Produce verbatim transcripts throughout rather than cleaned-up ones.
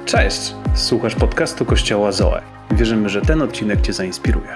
Cześć! Słuchasz podcastu Kościoła Zoe. Wierzymy, że ten odcinek Cię zainspiruje.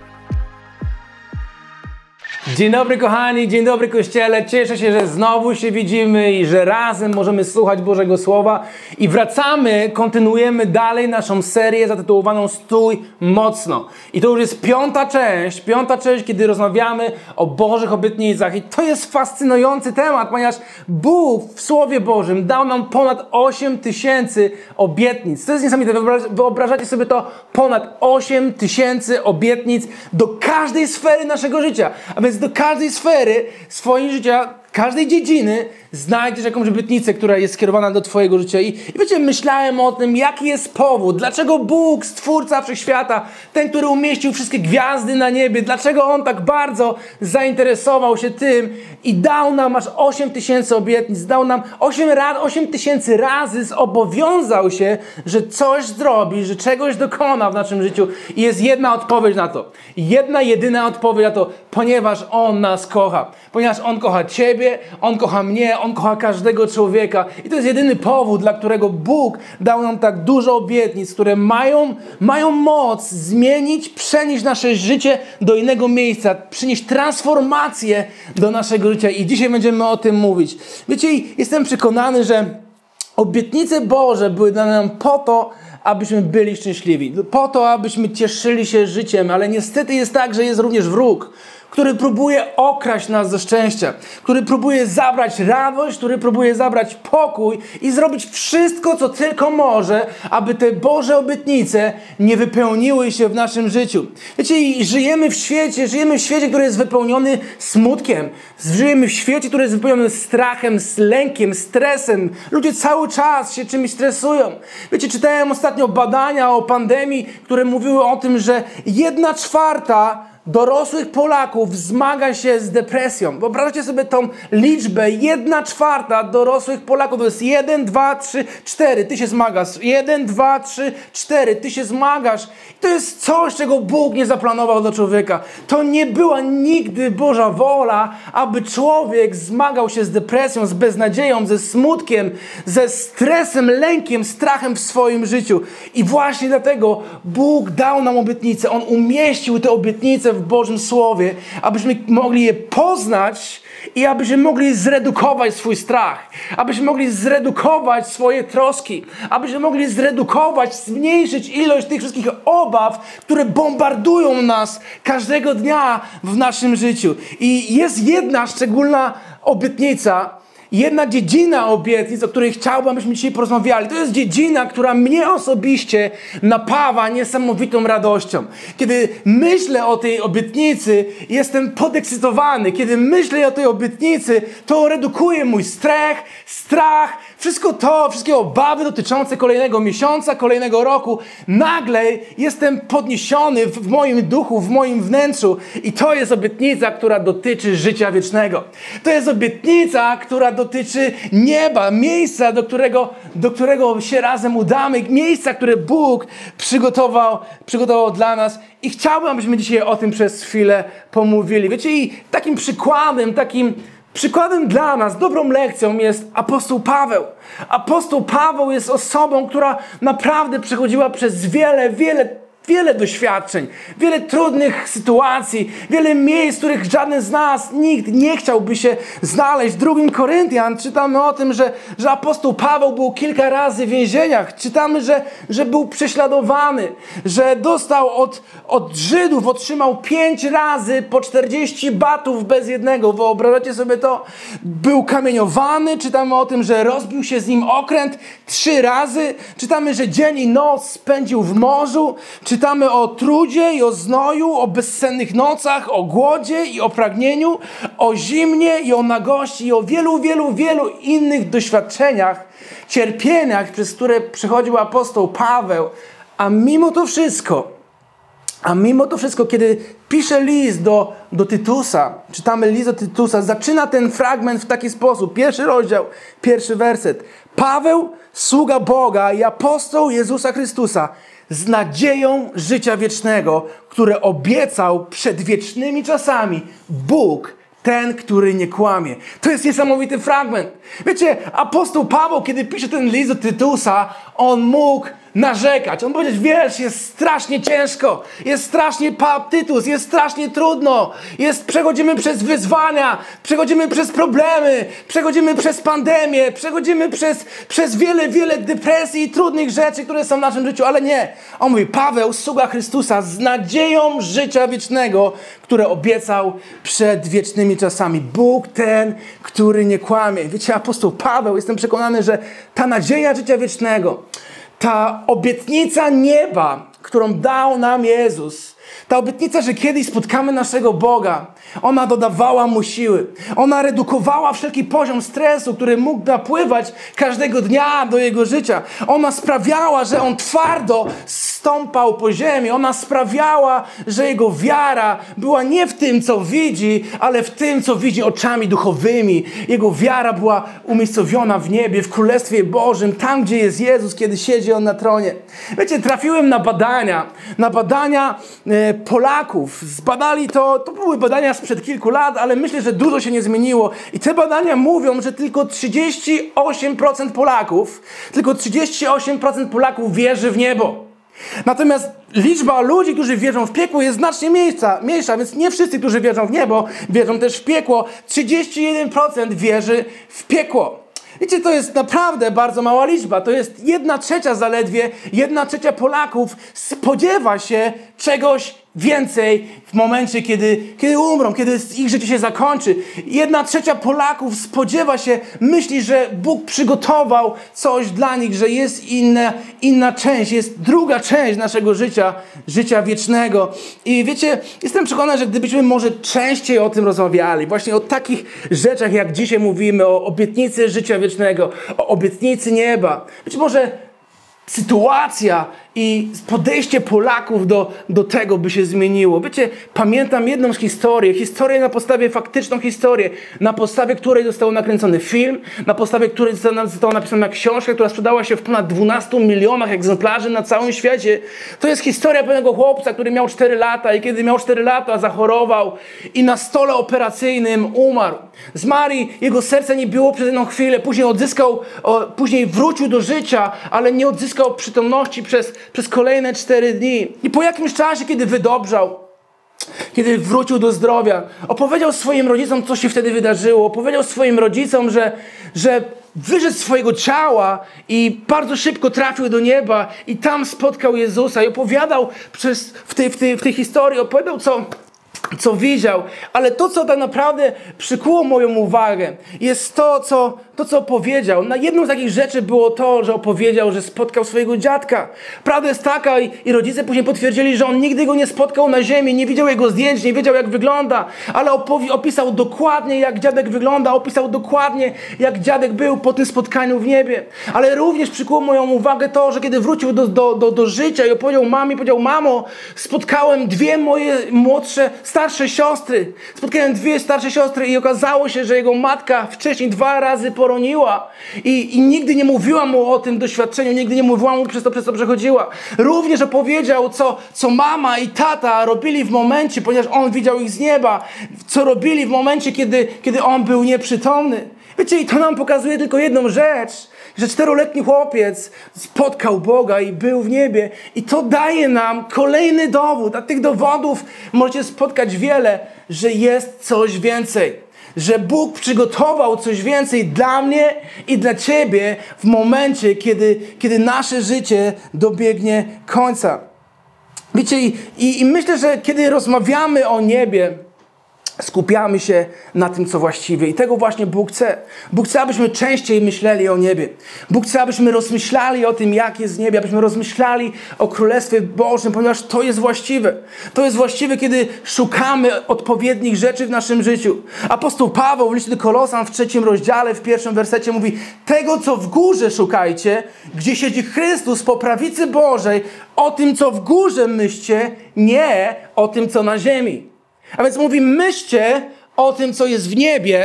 Dzień dobry kochani, dzień dobry Kościele. Cieszę się, że znowu się widzimy i że razem możemy słuchać Bożego Słowa. I wracamy, kontynuujemy dalej naszą serię zatytułowaną Stój mocno. I to już jest piąta część, piąta część, kiedy rozmawiamy o Bożych obietnicach. I to jest fascynujący temat, ponieważ Bóg w Słowie Bożym dał nam ponad osiem tysięcy obietnic. To jest niesamowite, wyobrażacie sobie to? Ponad osiem tysięcy obietnic do każdej sfery naszego życia. A więc do każdej sfery swojego życia, każdej dziedziny znajdziesz jakąś obietnicę, która jest skierowana do twojego życia. I, I wiecie, myślałem o tym, jaki jest powód, dlaczego Bóg, Stwórca Wszechświata, ten, który umieścił wszystkie gwiazdy na niebie, dlaczego On tak bardzo zainteresował się tym i dał nam aż osiem tysięcy obietnic, dał nam osiem tysięcy razy, zobowiązał się, że coś zrobi, że czegoś dokona w naszym życiu. I jest jedna odpowiedź na to. Jedna, jedyna odpowiedź na to, ponieważ On nas kocha. Ponieważ On kocha ciebie, On kocha mnie, On kocha każdego człowieka. I to jest jedyny powód, dla którego Bóg dał nam tak dużo obietnic, które mają, mają moc zmienić, przenieść nasze życie do innego miejsca, przynieść transformację do naszego życia. I dzisiaj będziemy o tym mówić. Wiecie, jestem przekonany, że obietnice Boże były dane nam po to, abyśmy byli szczęśliwi. Po to, abyśmy cieszyli się życiem. Ale niestety jest tak, że jest również wróg, który próbuje okraść nas ze szczęścia, który próbuje zabrać radość, który próbuje zabrać pokój i zrobić wszystko, co tylko może, aby te Boże obietnice nie wypełniły się w naszym życiu. Wiecie, i żyjemy w świecie, żyjemy w świecie, który jest wypełniony smutkiem. Żyjemy w świecie, który jest wypełniony strachem, z lękiem, stresem. Ludzie cały czas się czymś stresują. Wiecie, czytałem ostatnio badania o pandemii, które mówiły o tym, że jedna czwarta dorosłych Polaków zmaga się z depresją. Wyobraźcie sobie tą liczbę. Jedna czwarta dorosłych Polaków to jest jeden, dwa, trzy, cztery. Ty się zmagasz. Jeden, dwa, trzy, cztery. Ty się zmagasz. To jest coś, czego Bóg nie zaplanował dla człowieka. To nie była nigdy Boża wola, aby człowiek zmagał się z depresją, z beznadzieją, ze smutkiem, ze stresem, lękiem, strachem w swoim życiu. I właśnie dlatego Bóg dał nam obietnicę. On umieścił te obietnice w Bożym Słowie, abyśmy mogli je poznać i abyśmy mogli zredukować swój strach, abyśmy mogli zredukować swoje troski, abyśmy mogli zredukować, zmniejszyć ilość tych wszystkich obaw, które bombardują nas każdego dnia w naszym życiu. I jest jedna szczególna obietnica, jedna dziedzina obietnic, o której chciałbym, abyśmy dzisiaj porozmawiali. To jest dziedzina, która mnie osobiście napawa niesamowitą radością. Kiedy myślę o tej obietnicy, jestem podekscytowany. Kiedy myślę o tej obietnicy, to redukuje mój strach, strach, wszystko to, wszystkie obawy dotyczące kolejnego miesiąca, kolejnego roku. Nagle jestem podniesiony w moim duchu, w moim wnętrzu. I to jest obietnica, która dotyczy życia wiecznego. To jest obietnica, która dotyczy nieba, miejsca, do którego, do którego się razem udamy, miejsca, które Bóg przygotował, przygotował dla nas. I chciałbym, abyśmy dzisiaj o tym przez chwilę pomówili. Wiecie, i takim przykładem, takim przykładem dla nas, dobrą lekcją jest apostoł Paweł. Apostoł Paweł jest osobą, która naprawdę przechodziła przez wiele, wiele Wiele doświadczeń, wiele trudnych sytuacji, wiele miejsc, w których żaden z nas, nikt nie chciałby się znaleźć. W drugim Koryntian czytamy o tym, że, że apostoł Paweł był kilka razy w więzieniach. Czytamy, że, że był prześladowany, że dostał od, od Żydów, otrzymał pięć razy po czterdzieści batów bez jednego. Wyobrażacie sobie to? Był kamieniowany. Czytamy o tym, że rozbił się z nim okręt trzy razy. Czytamy, że dzień i noc spędził w morzu. Czytamy o trudzie i o znoju, o bezsennych nocach, o głodzie i o pragnieniu, o zimnie i o nagości i o wielu, wielu, wielu innych doświadczeniach, cierpieniach, przez które przechodził apostoł Paweł. A mimo to wszystko, a mimo to wszystko, kiedy pisze list do, do Tytusa, czytamy list do Tytusa, zaczyna ten fragment w taki sposób. Pierwszy rozdział, pierwszy werset. Paweł, sługa Boga i apostoł Jezusa Chrystusa, z nadzieją życia wiecznego, które obiecał przed wiecznymi czasami Bóg ten, który nie kłamie. To jest niesamowity fragment. Wiecie, apostoł Paweł, kiedy pisze ten list do Tytusa, on mógł narzekać. On powiedział, wiesz, jest strasznie ciężko, jest strasznie, Tytus, jest strasznie trudno, jest, przechodzimy przez wyzwania, przechodzimy przez problemy, przechodzimy przez pandemię, przechodzimy przez, przez wiele, wiele depresji i trudnych rzeczy, które są w naszym życiu, ale nie. On mówi, Paweł, sługa Chrystusa, z nadzieją życia wiecznego, które obiecał przed wiecznymi czasami. Bóg ten, który nie kłamie. Wiecie, apostoł Paweł, jestem przekonany, że ta nadzieja życia wiecznego, ta obietnica nieba, którą dał nam Jezus, ta obietnica, że kiedyś spotkamy naszego Boga, ona dodawała mu siły. Ona redukowała wszelki poziom stresu, który mógł napływać każdego dnia do jego życia. Ona sprawiała, że on twardo stąpał po ziemi. Ona sprawiała, że jego wiara była nie w tym, co widzi, ale w tym, co widzi oczami duchowymi. Jego wiara była umiejscowiona w niebie, w Królestwie Bożym, tam, gdzie jest Jezus, kiedy siedzi on na tronie. Wiecie, trafiłem na badania, na badania e, Polaków. Zbadali to, to były badania sprzed kilku lat, ale myślę, że dużo się nie zmieniło. I te badania mówią, że tylko trzydzieści osiem procent Polaków, tylko trzydzieści osiem procent Polaków wierzy w niebo. Natomiast liczba ludzi, którzy wierzą w piekło, jest znacznie mniejsza, mniejsza, więc nie wszyscy, którzy wierzą w niebo, wierzą też w piekło. trzydzieści jeden procent wierzy w piekło. Wiecie, to jest naprawdę bardzo mała liczba. To jest jedna trzecia zaledwie, jedna trzecia Polaków spodziewa się czegoś więcej w momencie, kiedy, kiedy umrą, kiedy ich życie się zakończy. Jedna trzecia Polaków spodziewa się, myśli, że Bóg przygotował coś dla nich, że jest inna, inna część, jest druga część naszego życia, życia wiecznego. I wiecie, jestem przekonany, że gdybyśmy może częściej o tym rozmawiali, właśnie o takich rzeczach, jak dzisiaj mówimy, o obietnicy życia wiecznego, o obietnicy nieba, być może sytuacja i podejście Polaków do, do tego by się zmieniło. Wiecie, pamiętam jedną z historii, historię na podstawie, faktyczną historię, na podstawie której został nakręcony film, na podstawie której została napisana książka, która sprzedała się w ponad dwunastu milionach egzemplarzy na całym świecie. To jest historia pewnego chłopca, który miał cztery lata i kiedy miał cztery lata, zachorował i na stole operacyjnym umarł. Zmarł, jego serce nie biło przez jedną chwilę, później odzyskał, o, później wrócił do życia, ale nie odzyskał przytomności przez przez kolejne cztery dni. I po jakimś czasie, kiedy wydobrzał, kiedy wrócił do zdrowia, opowiedział swoim rodzicom, co się wtedy wydarzyło. Opowiedział swoim rodzicom, że, że wyszedł z swojego ciała i bardzo szybko trafił do nieba i tam spotkał Jezusa. I opowiadał przez, w, tej, w, tej, w tej historii, opowiadał, co... co widział, ale to, co tak naprawdę przykuło moją uwagę, jest to, co, to, co powiedział. Na jedną z takich rzeczy było to, że opowiedział, że spotkał swojego dziadka. Prawda jest taka i, i rodzice później potwierdzili, że on nigdy go nie spotkał na ziemi, nie widział jego zdjęć, nie wiedział, jak wygląda, ale opowi- opisał dokładnie, jak dziadek wygląda, opisał dokładnie, jak dziadek był po tym spotkaniu w niebie. Ale również przykuło moją uwagę to, że kiedy wrócił do, do, do, do życia i opowiedział mamie, powiedział, mamo, spotkałem dwie moje młodsze, starsze siostry. Spotkałem dwie starsze siostry i okazało się, że jego matka wcześniej dwa razy poroniła i, i nigdy nie mówiła mu o tym doświadczeniu, nigdy nie mówiła mu przez to, przez co przechodziła. Również opowiedział, co, co mama i tata robili w momencie, ponieważ on widział ich z nieba, co robili w momencie, kiedy, kiedy on był nieprzytomny. Wiecie, i to nam pokazuje tylko jedną rzecz, że czteroletni chłopiec spotkał Boga i był w niebie. I to daje nam kolejny dowód. A tych dowodów możecie spotkać wiele, że jest coś więcej. Że Bóg przygotował coś więcej dla mnie i dla ciebie w momencie, kiedy, kiedy nasze życie dobiegnie końca. Wiecie, i, i, i myślę, że kiedy rozmawiamy o niebie, skupiamy się na tym, co właściwe. I tego właśnie Bóg chce. Bóg chce, abyśmy częściej myśleli o niebie. Bóg chce, abyśmy rozmyślali o tym, jak jest w niebie, abyśmy rozmyślali o Królestwie Bożym, ponieważ to jest właściwe. To jest właściwe, kiedy szukamy odpowiednich rzeczy w naszym życiu. Apostoł Paweł w liście do Kolosan w trzecim rozdziale, w pierwszym wersecie mówi: tego, co w górze szukajcie, gdzie siedzi Chrystus po prawicy Bożej, o tym, co w górze myślcie, nie o tym, co na ziemi. A więc mówi, myślcie o tym, co jest w niebie,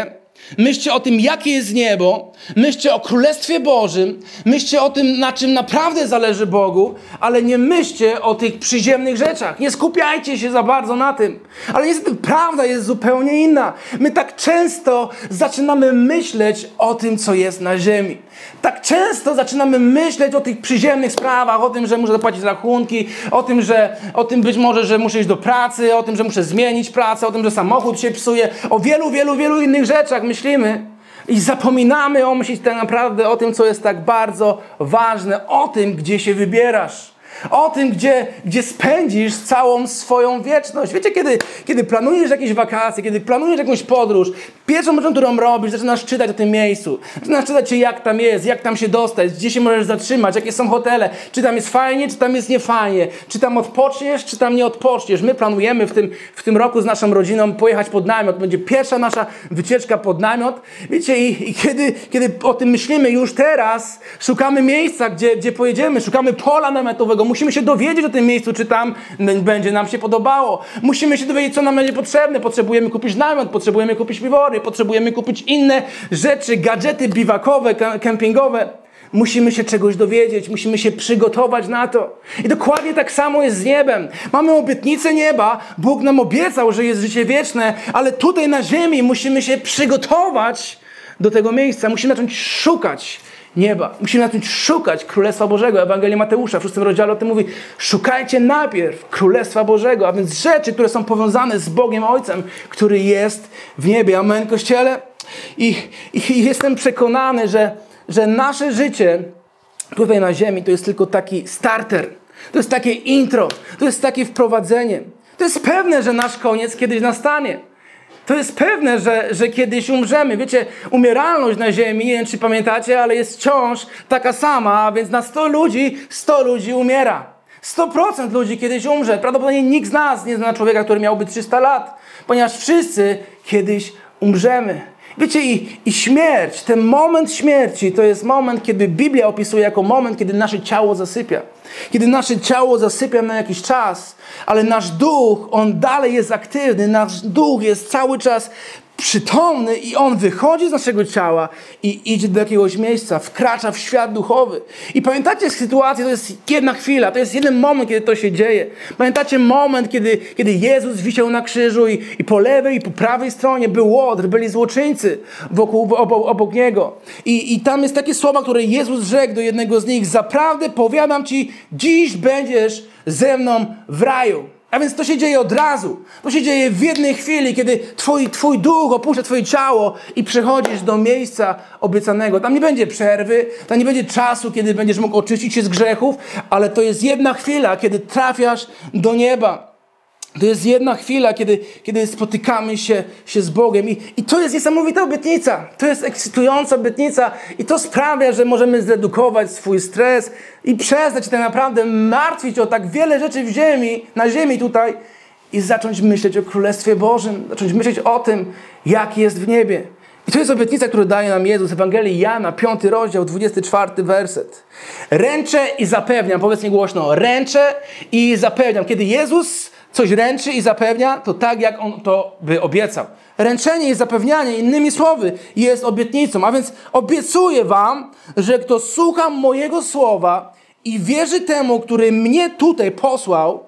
Myślcie o tym, jakie jest niebo, myślcie o Królestwie Bożym, myślcie o tym, na czym naprawdę zależy Bogu, ale nie myślcie o tych przyziemnych rzeczach. Nie skupiajcie się za bardzo na tym. Ale niestety prawda jest zupełnie inna. My tak często zaczynamy myśleć o tym, co jest na ziemi. Tak często zaczynamy myśleć o tych przyziemnych sprawach, o tym, że muszę zapłacić rachunki, o tym, że o tym być może, że muszę iść do pracy, o tym, że muszę zmienić pracę, o tym, że samochód się psuje, o wielu, wielu, wielu innych rzeczach myślimy i zapominamy o myśleć tak naprawdę o tym, co jest tak bardzo ważne, o tym, gdzie się wybierasz. O tym, gdzie, gdzie spędzisz całą swoją wieczność. Wiecie, kiedy, kiedy planujesz jakieś wakacje, kiedy planujesz jakąś podróż, pierwszą rzeczą, którą robisz, zaczynasz czytać o tym miejscu. Zaczynasz czytać się, jak tam jest, jak tam się dostać, gdzie się możesz zatrzymać, jakie są hotele, czy tam jest fajnie, czy tam jest niefajnie, czy tam odpoczniesz, czy tam nie odpoczniesz. My planujemy w tym, w tym roku z naszą rodziną pojechać pod namiot. Będzie pierwsza nasza wycieczka pod namiot. Wiecie, i, i kiedy, kiedy o tym myślimy już teraz, szukamy miejsca, gdzie, gdzie pojedziemy, szukamy pola namiotowego. Musimy się dowiedzieć o tym miejscu, czy tam będzie nam się podobało. Musimy się dowiedzieć, co nam będzie potrzebne. Potrzebujemy kupić namiot, potrzebujemy kupić piwory, potrzebujemy kupić inne rzeczy, gadżety biwakowe, kempingowe. Musimy się czegoś dowiedzieć, musimy się przygotować na to. I dokładnie tak samo jest z niebem. Mamy obietnicę nieba, Bóg nam obiecał, że jest życie wieczne, ale tutaj na ziemi musimy się przygotować do tego miejsca. Musimy zacząć szukać nieba. Musimy zacząć szukać Królestwa Bożego. Ewangelia Mateusza w szóstym rozdziale o tym mówi: szukajcie najpierw Królestwa Bożego, a więc rzeczy, które są powiązane z Bogiem Ojcem, który jest w niebie. Amen, Kościele? I, i jestem przekonany, że, że nasze życie tutaj na ziemi to jest tylko taki starter. To jest takie intro. To jest takie wprowadzenie. To jest pewne, że nasz koniec kiedyś nastanie. To jest pewne, że, że kiedyś umrzemy. Wiecie, umieralność na ziemi, nie wiem, czy pamiętacie, ale jest wciąż taka sama, a więc na sto ludzi, sto ludzi umiera. sto procent ludzi kiedyś umrze. Prawdopodobnie nikt z nas nie zna człowieka, który miałby trzysta lat, ponieważ wszyscy kiedyś umrzemy. Wiecie, i, i śmierć, ten moment śmierci, to jest moment, kiedy Biblia opisuje jako moment, kiedy nasze ciało zasypia. Kiedy nasze ciało zasypia na jakiś czas, ale nasz duch, on dalej jest aktywny, nasz duch jest cały czas przytomny i on wychodzi z naszego ciała i idzie do jakiegoś miejsca, wkracza w świat duchowy. I pamiętacie sytuację, to jest jedna chwila, to jest jeden moment, kiedy to się dzieje. Pamiętacie moment, kiedy, kiedy Jezus wisiał na krzyżu i, i po lewej i po prawej stronie był łotr, byli złoczyńcy wokół, obok, obok Niego. I, I tam jest takie słowa, które Jezus rzekł do jednego z nich: zaprawdę powiadam Ci, dziś będziesz ze mną w raju. A więc to się dzieje od razu. To się dzieje w jednej chwili, kiedy twój, twój duch opuszcza twoje ciało i przechodzisz do miejsca obiecanego. Tam nie będzie przerwy, tam nie będzie czasu, kiedy będziesz mógł oczyścić się z grzechów, ale to jest jedna chwila, kiedy trafiasz do nieba. To jest jedna chwila, kiedy, kiedy spotykamy się, się z Bogiem. I, I to jest niesamowita obietnica. To jest ekscytująca obietnica. I to sprawia, że możemy zredukować swój stres i przestać tak naprawdę martwić o tak wiele rzeczy w ziemi, na ziemi tutaj i zacząć myśleć o Królestwie Bożym. Zacząć myśleć o tym, jak jest w niebie. I to jest obietnica, którą daje nam Jezus. Ewangelii Jana, piąty rozdział, dwudziesty czwarty werset. Ręczę i zapewniam, powiedz mi głośno, ręczę i zapewniam. Kiedy Jezus coś ręczy i zapewnia, to tak, jak On to by obiecał. Ręczenie i zapewnianie, innymi słowy, jest obietnicą. A więc obiecuję wam, że kto słucha mojego słowa i wierzy temu, który mnie tutaj posłał,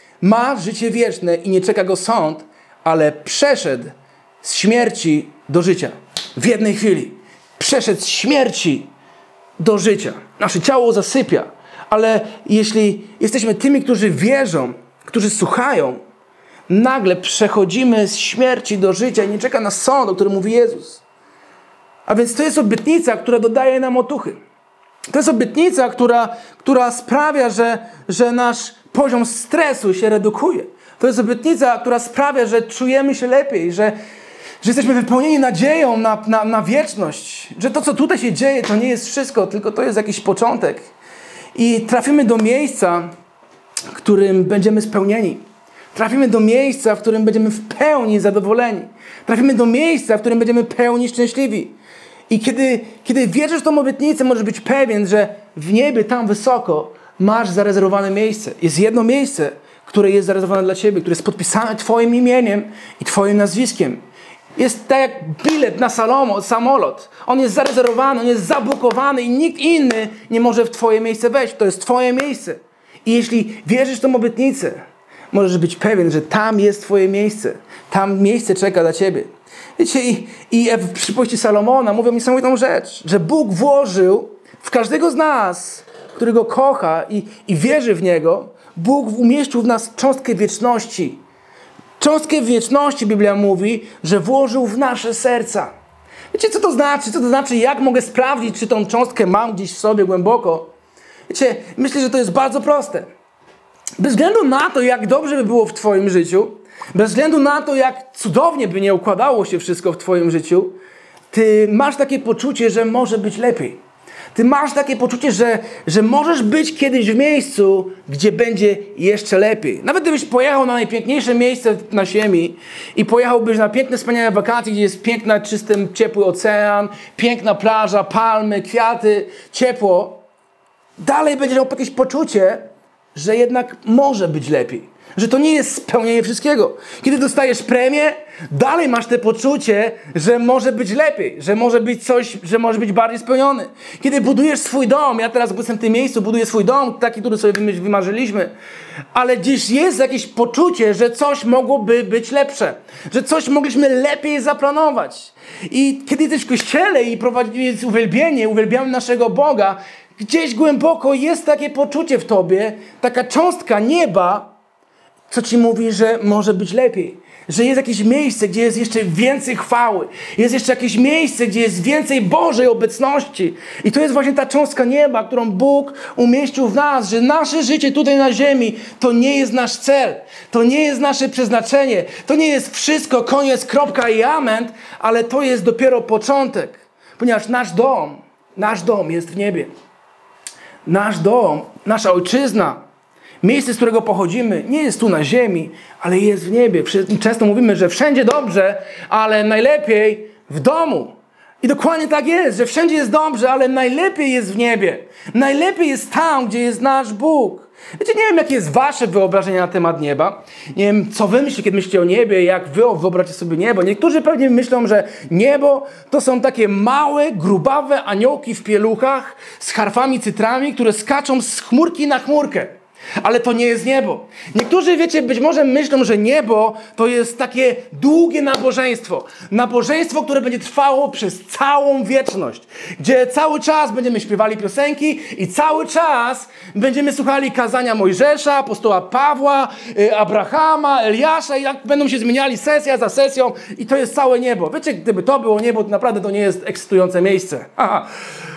ma życie wieczne i nie czeka go sąd, ale przeszedł z śmierci do życia. W jednej chwili. Przeszedł z śmierci do życia. Nasze ciało zasypia. Ale jeśli jesteśmy tymi, którzy wierzą, którzy słuchają, nagle przechodzimy z śmierci do życia i nie czeka nas sąd, o którym mówi Jezus. A więc to jest obietnica, która dodaje nam otuchy. To jest obietnica, która, która sprawia, że, że nasz poziom stresu się redukuje. To jest obietnica, która sprawia, że czujemy się lepiej, że, że jesteśmy wypełnieni nadzieją na, na, na wieczność. Że to, co tutaj się dzieje, to nie jest wszystko, tylko to jest jakiś początek. I trafimy do miejsca, w którym będziemy spełnieni. Trafimy do miejsca, w którym będziemy w pełni zadowoleni. Trafimy do miejsca, w którym będziemy pełni szczęśliwi. I kiedy, kiedy wierzysz w tą obietnicę, możesz być pewien, że w niebie, tam wysoko, masz zarezerwowane miejsce. Jest jedno miejsce, które jest zarezerwowane dla ciebie, które jest podpisane twoim imieniem i twoim nazwiskiem. jest tak jak bilet na Salomo, samolot. On jest zarezerwowany, on jest zabukowany i nikt inny nie może w twoje miejsce wejść. To jest twoje miejsce. I jeśli wierzysz w tą obietnicę, możesz być pewien, że tam jest twoje miejsce. Tam miejsce czeka dla ciebie. Wiecie, i, i w przypowieści Salomona mówią niesamowitą rzecz, że Bóg włożył w każdego z nas, który Go kocha i, i wierzy w Niego, Bóg umieścił w nas cząstkę wieczności. Cząstkę wieczności, Biblia mówi, że włożył w nasze serca. Wiecie, co to znaczy? Co to znaczy, jak mogę sprawdzić, czy tą cząstkę mam gdzieś w sobie głęboko? Wiecie, myślę, że to jest bardzo proste. Bez względu na to, jak dobrze by było w twoim życiu, bez względu na to, jak cudownie by nie układało się wszystko w twoim życiu, ty masz takie poczucie, że może być lepiej. Ty masz takie poczucie, że, że możesz być kiedyś w miejscu, gdzie będzie jeszcze lepiej. Nawet gdybyś pojechał na najpiękniejsze miejsce na ziemi i pojechałbyś na piękne, wspaniałe wakacje, gdzie jest piękny, czysty, ciepły ocean, piękna plaża, palmy, kwiaty, ciepło, dalej będziesz miał jakieś poczucie, że jednak może być lepiej. Że to nie jest spełnienie wszystkiego. Kiedy dostajesz premię, dalej masz te poczucie, że może być lepiej, że może być coś, że może być bardziej spełniony. Kiedy budujesz swój dom, ja teraz jestem w tym miejscu, buduję swój dom, taki, który sobie wymarzyliśmy, ale gdzieś jest jakieś poczucie, że coś mogłoby być lepsze, że coś mogliśmy lepiej zaplanować. I kiedy jesteś w kościele i prowadzisz uwielbienie, uwielbiamy naszego Boga, gdzieś głęboko jest takie poczucie w tobie, taka cząstka nieba, co ci mówi, że może być lepiej. Że jest jakieś miejsce, gdzie jest jeszcze więcej chwały. Jest jeszcze jakieś miejsce, gdzie jest więcej Bożej obecności. I to jest właśnie ta cząstka nieba, którą Bóg umieścił w nas, że nasze życie tutaj na ziemi to nie jest nasz cel. To nie jest nasze przeznaczenie. To nie jest wszystko, koniec, kropka i amen, ale to jest dopiero początek. Ponieważ nasz dom, nasz dom jest w niebie. Nasz dom, nasza ojczyzna, miejsce, z którego pochodzimy, nie jest tu na ziemi, ale jest w niebie. Często mówimy, że wszędzie dobrze, ale najlepiej w domu. I dokładnie tak jest, że wszędzie jest dobrze, ale najlepiej jest w niebie. Najlepiej jest tam, gdzie jest nasz Bóg. Wiecie, nie wiem, jakie jest wasze wyobrażenie na temat nieba. Nie wiem, co wy myślicie, kiedy myślicie o niebie, jak wy wyobraźcie sobie niebo. Niektórzy pewnie myślą, że niebo to są takie małe, grubawe aniołki w pieluchach z harfami, cytrami, które skaczą z chmurki na chmurkę. Ale to nie jest niebo. Niektórzy, wiecie, być może myślą, że niebo to jest takie długie nabożeństwo. Nabożeństwo, które będzie trwało przez całą wieczność. Gdzie cały czas będziemy śpiewali piosenki i cały czas będziemy słuchali kazania Mojżesza, apostoła Pawła, Abrahama, Eliasza i jak będą się zmieniali sesja za sesją i to jest całe niebo. Wiecie, gdyby to było niebo, to naprawdę to nie jest ekscytujące miejsce. Aha.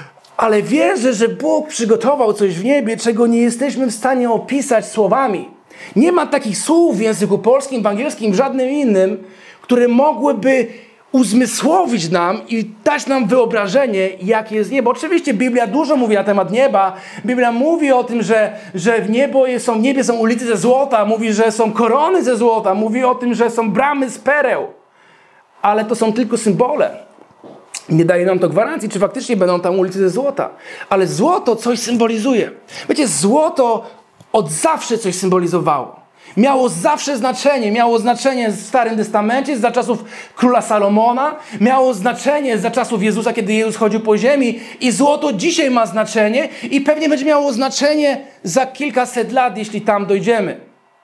Ale wierzę, że Bóg przygotował coś w niebie, czego nie jesteśmy w stanie opisać słowami. Nie ma takich słów w języku polskim, w angielskim, w żadnym innym, które mogłyby uzmysłowić nam i dać nam wyobrażenie, jakie jest niebo. Oczywiście Biblia dużo mówi na temat nieba. Biblia mówi o tym, że, że w, niebo są, w niebie są ulice ze złota, mówi, że są korony ze złota, mówi o tym, że są bramy z pereł. Ale to są tylko symbole. Nie daje nam to gwarancji, czy faktycznie będą tam ulice ze złota. Ale złoto coś symbolizuje. Wiecie, złoto od zawsze coś symbolizowało. Miało zawsze znaczenie. Miało znaczenie w Starym Testamencie, za czasów króla Salomona. Miało znaczenie za czasów Jezusa, kiedy Jezus chodził po ziemi. I złoto dzisiaj ma znaczenie i pewnie będzie miało znaczenie za kilkaset lat, jeśli tam dojdziemy.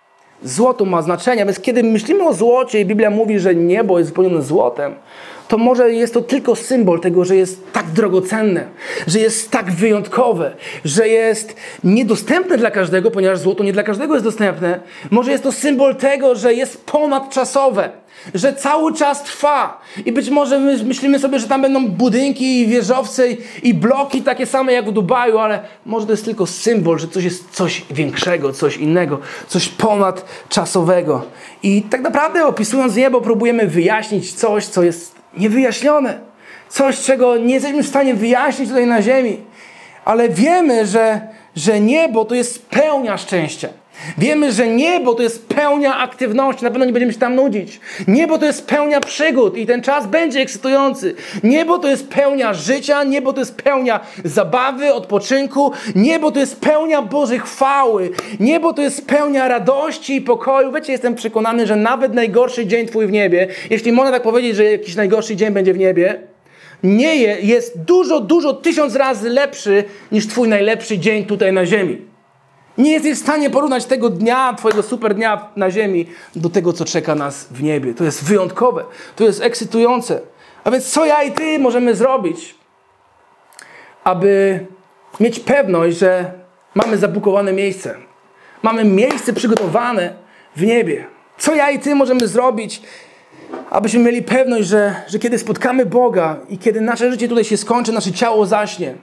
Złoto ma znaczenie, więc kiedy myślimy o złocie i Biblia mówi, że niebo jest wypełnione złotem, to może jest to tylko symbol tego, że jest tak drogocenne, że jest tak wyjątkowe, że jest niedostępne dla każdego, ponieważ złoto nie dla każdego jest dostępne. Może jest to symbol tego, że jest ponadczasowe, że cały czas trwa. I być może my myślimy sobie, że tam będą budynki i wieżowce i bloki takie same jak w Dubaju, ale może to jest tylko symbol, że coś jest coś większego, coś innego, coś ponadczasowego. I tak naprawdę opisując niebo próbujemy wyjaśnić coś, co jest niewyjaśnione. Coś, czego nie jesteśmy w stanie wyjaśnić tutaj na ziemi. Ale wiemy, że, że niebo to jest pełnia szczęścia. Wiemy, że niebo to jest pełnia aktywności, na pewno nie będziemy się tam nudzić. Niebo to jest pełnia przygód i ten czas będzie ekscytujący. Niebo to jest pełnia życia, niebo to jest pełnia zabawy, odpoczynku. Niebo to jest pełnia Bożej chwały. Niebo to jest pełnia radości i pokoju. Wiecie, jestem przekonany, że nawet najgorszy dzień twój w niebie, jeśli można tak powiedzieć, że jakiś najgorszy dzień będzie w niebie, nie je, jest dużo, dużo, tysiąc razy lepszy niż twój najlepszy dzień tutaj na ziemi. Nie jesteś w stanie porównać tego dnia, twojego super dnia na ziemi do tego, co czeka nas w niebie. To jest wyjątkowe, to jest ekscytujące. A więc co ja i ty możemy zrobić, aby mieć pewność, że mamy zabukowane miejsce. Mamy miejsce przygotowane w niebie. Co ja i ty możemy zrobić, abyśmy mieli pewność, że, że kiedy spotkamy Boga i kiedy nasze życie tutaj się skończy, nasze ciało zaśnie,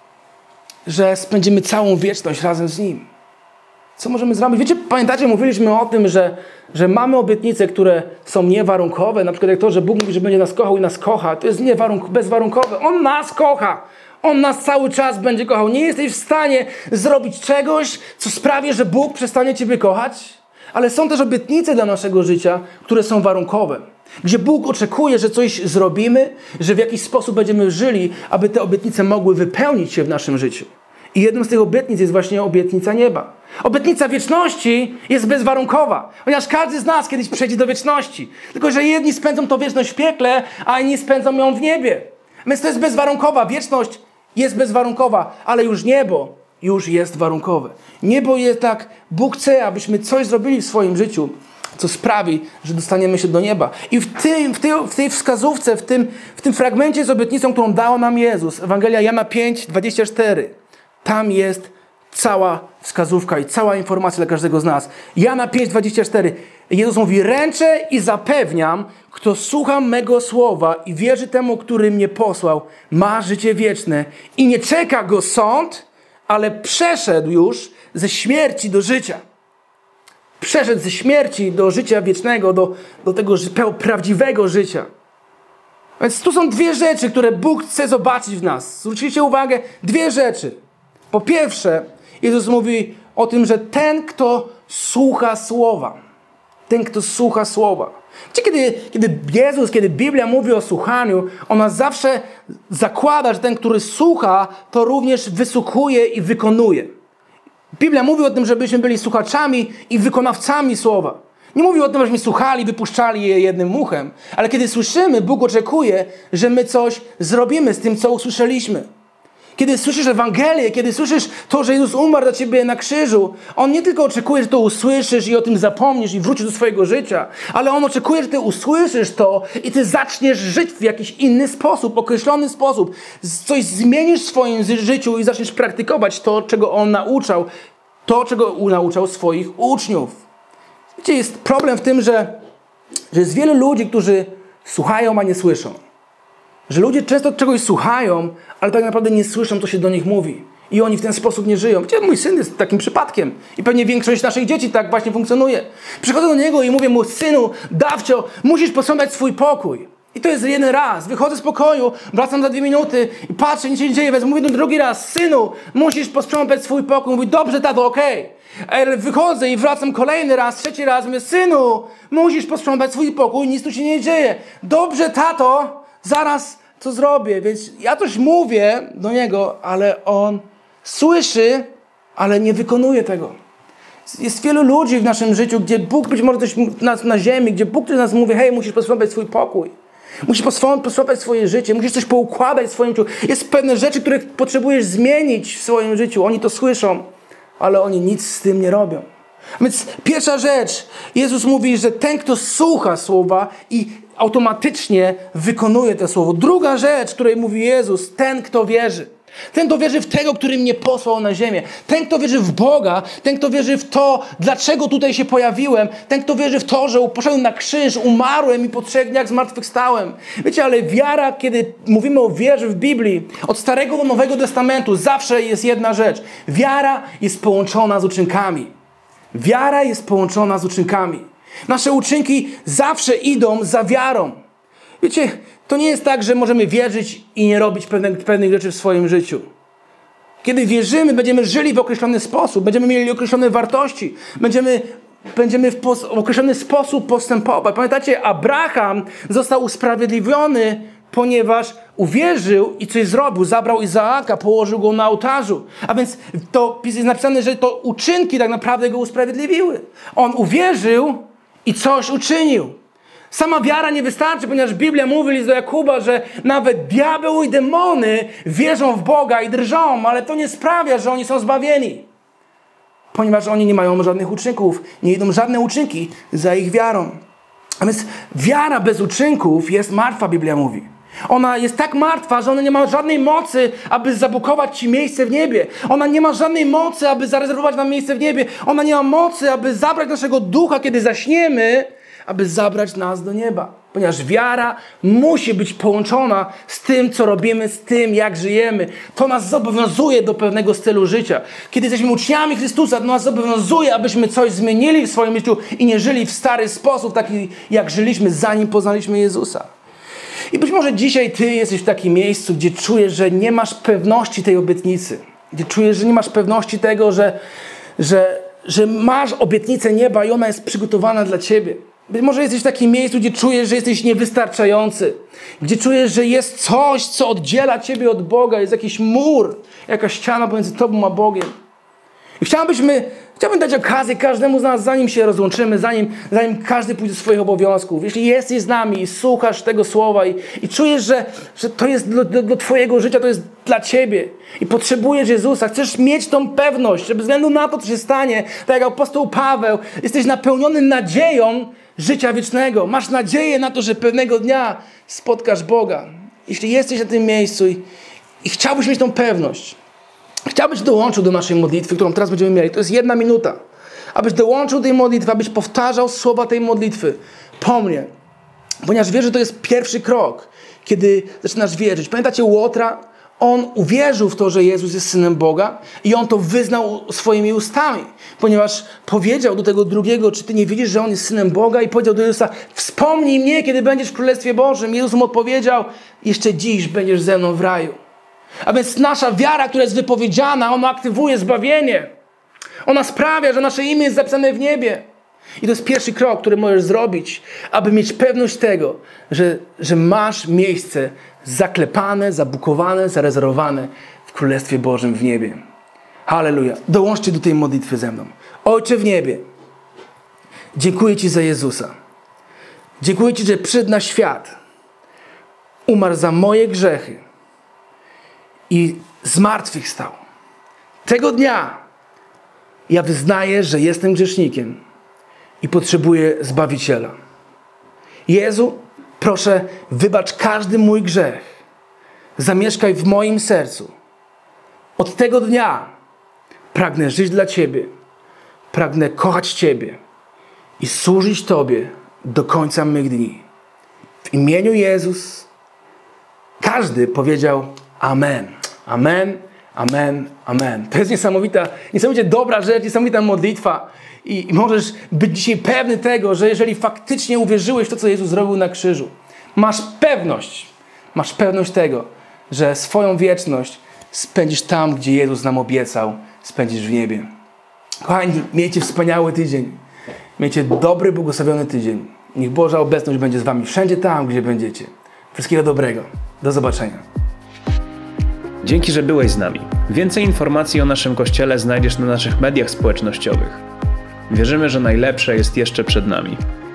że spędzimy całą wieczność razem z Nim. Co możemy zrobić? Wiecie, pamiętacie, mówiliśmy o tym, że, że mamy obietnice, które są niewarunkowe. Na przykład jak to, że Bóg mówi, że będzie nas kochał i nas kocha. To jest niewarunk- bezwarunkowe. On nas kocha. On nas cały czas będzie kochał. Nie jesteś w stanie zrobić czegoś, co sprawi, że Bóg przestanie Ciebie kochać. Ale są też obietnice dla naszego życia, które są warunkowe. Gdzie Bóg oczekuje, że coś zrobimy, że w jakiś sposób będziemy żyli, aby te obietnice mogły wypełnić się w naszym życiu. I jedną z tych obietnic jest właśnie obietnica nieba. Obietnica wieczności jest bezwarunkowa, ponieważ każdy z nas kiedyś przejdzie do wieczności. Tylko że jedni spędzą tą wieczność w piekle, a inni spędzą ją w niebie. Więc to jest bezwarunkowa. Wieczność jest bezwarunkowa, ale już niebo już jest warunkowe. Niebo jest tak, Bóg chce, abyśmy coś zrobili w swoim życiu, co sprawi, że dostaniemy się do nieba. I w, tym, w, tej, w tej wskazówce, w tym, w tym fragmencie z obietnicą, którą dał nam Jezus, Ewangelia Jana pięć, dwadzieścia cztery, tam jest cała wskazówka i cała informacja dla każdego z nas. Jana pięć, dwadzieścia cztery. Jezus mówi: ręczę i zapewniam, kto słucha mego słowa i wierzy temu, który mnie posłał, ma życie wieczne i nie czeka go sąd, ale przeszedł już ze śmierci do życia. Przeszedł ze śmierci do życia wiecznego, do, do tego prawdziwego życia. Więc tu są dwie rzeczy, które Bóg chce zobaczyć w nas. Zwróćcie uwagę, dwie rzeczy. Po pierwsze, Jezus mówi o tym, że ten, kto słucha słowa, ten, kto słucha słowa. Wiecie, kiedy, kiedy Jezus, kiedy Biblia mówi o słuchaniu, ona zawsze zakłada, że ten, który słucha, to również wysłuchuje i wykonuje. Biblia mówi o tym, żebyśmy byli słuchaczami i wykonawcami słowa. Nie mówi o tym, żebyśmy słuchali, wypuszczali je jednym uchem, ale kiedy słyszymy, Bóg oczekuje, że my coś zrobimy z tym, co usłyszeliśmy. Kiedy słyszysz Ewangelię, kiedy słyszysz to, że Jezus umarł za ciebie na krzyżu, On nie tylko oczekuje, że to usłyszysz i o tym zapomnisz i wrócisz do swojego życia, ale On oczekuje, że ty usłyszysz to i ty zaczniesz żyć w jakiś inny sposób, określony sposób. Coś zmienisz w swoim życiu i zaczniesz praktykować to, czego On nauczał, to, czego nauczał swoich uczniów. Wiecie, jest problem w tym, że, że jest wielu ludzi, którzy słuchają, a nie słyszą. Że ludzie często czegoś słuchają, ale tak naprawdę nie słyszą, co się do nich mówi. I oni w ten sposób nie żyją. Wiecie, mój syn jest takim przypadkiem. I pewnie większość naszych dzieci tak właśnie funkcjonuje. Przychodzę do niego i mówię mu: synu, Dawcio, musisz posprzątać swój pokój. I to jest jeden raz. Wychodzę z pokoju, wracam za dwie minuty i patrzę, nic się nie dzieje, więc mówię do drugi raz: synu, musisz posprzątać swój pokój. Mówi: dobrze, tato, okej. Okay. Ale wychodzę i wracam kolejny raz, trzeci raz, mówię: synu, musisz posprzątać swój pokój, nic tu się nie dzieje. Dobrze, tato, zaraz to zrobię. Więc ja coś mówię do niego, ale on słyszy, ale nie wykonuje tego. Jest wielu ludzi w naszym życiu, gdzie Bóg być może coś nas na ziemi, gdzie Bóg do nas mówi: hej, musisz posprzątać swój pokój. Musisz posprzątać swoje życie, musisz coś poukładać w swoim życiu. Jest pewne rzeczy, które potrzebujesz zmienić w swoim życiu. Oni to słyszą, ale oni nic z tym nie robią. Więc pierwsza rzecz, Jezus mówi, że ten, kto słucha słowa i automatycznie wykonuje to słowo. Druga rzecz, której mówi Jezus: ten, kto wierzy. Ten, kto wierzy w tego, który mnie posłał na ziemię. Ten, kto wierzy w Boga. Ten, kto wierzy w to, dlaczego tutaj się pojawiłem. Ten, kto wierzy w to, że poszedłem na krzyż, umarłem i po trzech dniach zmartwychwstałem. Wiecie, ale wiara, kiedy mówimy o wierze w Biblii, od Starego do Nowego Testamentu, zawsze jest jedna rzecz. Wiara jest połączona z uczynkami. Wiara jest połączona z uczynkami. Nasze uczynki zawsze idą za wiarą. Wiecie, to nie jest tak, że możemy wierzyć i nie robić pewnych, pewnych rzeczy w swoim życiu. Kiedy wierzymy, będziemy żyli w określony sposób, będziemy mieli określone wartości, będziemy, będziemy w, pos- w określony sposób postępować. Pamiętacie, Abraham został usprawiedliwiony, ponieważ uwierzył i coś zrobił. Zabrał Izaaka, położył go na ołtarzu. A więc to jest napisane, że to uczynki tak naprawdę go usprawiedliwiły. On uwierzył i coś uczynił. Sama wiara nie wystarczy, ponieważ Biblia mówi, list do Jakuba, że nawet diabeł i demony wierzą w Boga i drżą, ale to nie sprawia, że oni są zbawieni. Ponieważ oni nie mają żadnych uczynków, nie idą żadne uczynki za ich wiarą. A więc wiara bez uczynków jest martwa, Biblia mówi. Ona jest tak martwa, że ona nie ma żadnej mocy, aby zabukować ci miejsce w niebie. Ona nie ma żadnej mocy, aby zarezerwować nam miejsce w niebie. Ona nie ma mocy, aby zabrać naszego ducha, kiedy zaśniemy, aby zabrać nas do nieba. Ponieważ wiara musi być połączona z tym, co robimy, z tym, jak żyjemy. To nas zobowiązuje do pewnego stylu życia. Kiedy jesteśmy uczniami Chrystusa, to nas zobowiązuje, abyśmy coś zmienili w swoim życiu i nie żyli w stary sposób, taki jak żyliśmy, zanim poznaliśmy Jezusa. I być może dzisiaj ty jesteś w takim miejscu, gdzie czujesz, że nie masz pewności tej obietnicy. Gdzie czujesz, że nie masz pewności tego, że, że, że masz obietnicę nieba i ona jest przygotowana dla ciebie. Być może jesteś w takim miejscu, gdzie czujesz, że jesteś niewystarczający. Gdzie czujesz, że jest coś, co oddziela ciebie od Boga. Jest jakiś mur, jakaś ściana pomiędzy tobą a Bogiem. I chciałbyśmy, chciałbym dać okazję każdemu z nas, zanim się rozłączymy, zanim, zanim każdy pójdzie do swoich obowiązków. Jeśli jesteś z nami i słuchasz tego słowa i, i czujesz, że, że to jest do, do, do twojego życia, to jest dla ciebie i potrzebujesz Jezusa, chcesz mieć tą pewność, że bez względu na to, co się stanie, tak jak apostoł Paweł, jesteś napełniony nadzieją życia wiecznego. Masz nadzieję na to, że pewnego dnia spotkasz Boga. Jeśli jesteś na tym miejscu i, i chciałbyś mieć tą pewność, chciałbyś dołączył do naszej modlitwy, którą teraz będziemy mieli. To jest jedna minuta. Abyś dołączył do tej modlitwy, abyś powtarzał słowa tej modlitwy po mnie. Ponieważ wierzę, że to jest pierwszy krok, kiedy zaczynasz wierzyć. Pamiętacie Łotra? On uwierzył w to, że Jezus jest Synem Boga i on to wyznał swoimi ustami. Ponieważ powiedział do tego drugiego, czy ty nie widzisz, że on jest Synem Boga? I powiedział do Jezusa, wspomnij mnie, kiedy będziesz w Królestwie Bożym. Jezus mu odpowiedział, jeszcze dziś będziesz ze mną w raju. A więc nasza wiara, która jest wypowiedziana, ona aktywuje zbawienie. Ona sprawia, że nasze imię jest zapisane w niebie. I to jest pierwszy krok, który możesz zrobić, aby mieć pewność tego, że, że masz miejsce zaklepane, zabukowane, zarezerwowane w Królestwie Bożym w niebie. Halleluja. Dołączcie do tej modlitwy ze mną. Ojcze w niebie, dziękuję Ci za Jezusa. Dziękuję Ci, że przyszedł na świat, umarł za moje grzechy i zmartwychwstał. Tego dnia ja wyznaję, że jestem grzesznikiem i potrzebuję Zbawiciela. Jezu, proszę, wybacz każdy mój grzech. Zamieszkaj w moim sercu. Od tego dnia pragnę żyć dla Ciebie. Pragnę kochać Ciebie i służyć Tobie do końca mych dni. W imieniu Jezus każdy powiedział Amen. Amen, amen, amen. To jest niesamowita, niesamowicie dobra rzecz, niesamowita modlitwa. I, I możesz być dzisiaj pewny tego, że jeżeli faktycznie uwierzyłeś w to, co Jezus zrobił na krzyżu, masz pewność, masz pewność tego, że swoją wieczność spędzisz tam, gdzie Jezus nam obiecał, spędzisz w niebie. Kochani, miejcie wspaniały tydzień. Miejcie dobry, błogosławiony tydzień. Niech Boża obecność będzie z wami wszędzie tam, gdzie będziecie. Wszystkiego dobrego. Do zobaczenia. Dzięki, że byłeś z nami. Więcej informacji o naszym Kościele znajdziesz na naszych mediach społecznościowych. Wierzymy, że najlepsze jest jeszcze przed nami.